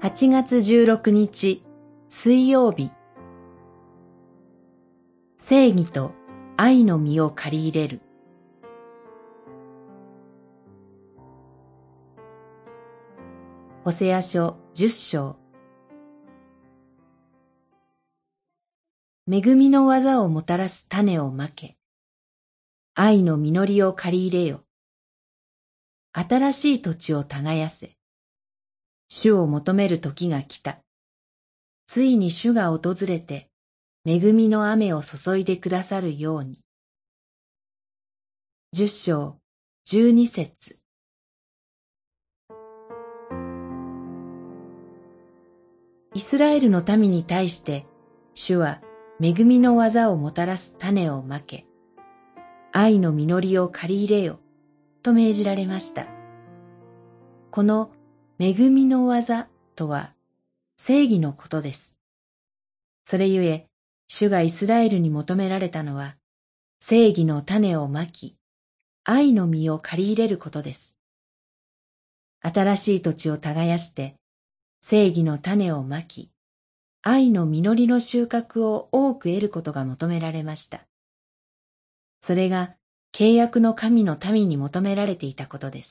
8月16日水曜日。正義と愛の実を刈り入れる。ホセア書10章。恵みの技をもたらす種をまけ、愛の実りを刈り入れよ。新しい土地を耕せ。主を求める時が来た。ついに主が訪れて、恵みの雨を注いでくださるように。10章12節。イスラエルの民に対して、主は恵みの技をもたらす種をまけ、愛の実りを刈り入れよ、と命じられました。この恵みの技とは正義のことです。それゆえ、主がイスラエルに求められたのは、正義の種をまき、愛の実を刈り入れることです。新しい土地を耕して、正義の種をまき、愛の実りの収穫を多く得ることが求められました。それが契約の神の民に求められていたことです。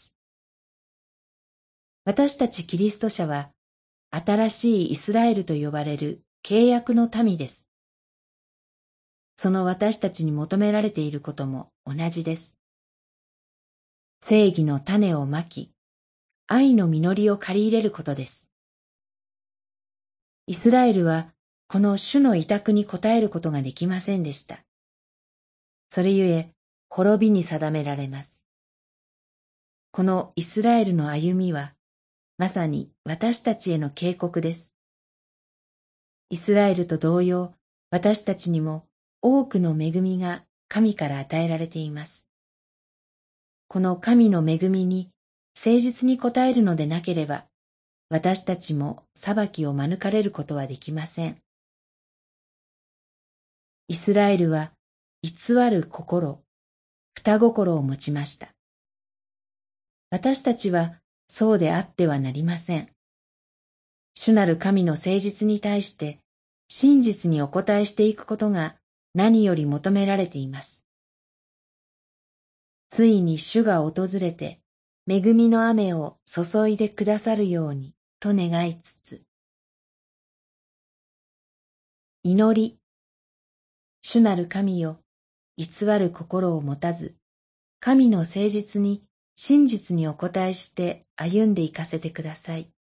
私たちキリスト者は、新しいイスラエルと呼ばれる契約の民です。その私たちに求められていることも同じです。正義の種をまき、愛の実りを刈り入れることです。イスラエルはこの主の委託に応えることができませんでした。それゆえ、滅びに定められます。このイスラエルの歩みは、まさに私たちへの警告です。イスラエルと同様、私たちにも多くの恵みが神から与えられています。この神の恵みに誠実に応えるのでなければ、私たちも裁きを免れることはできません。イスラエルは偽る心、双心を持ちました。私たちはそうであってはなりません。主なる神の誠実に対して真実にお答えしていくことが何より求められています。ついに主が訪れて恵みの雨を注いでくださるようにと願いつつ。祈り。主なる神よ、偽る心を持たず、神の誠実に真実にお答えして歩んでいかせてください。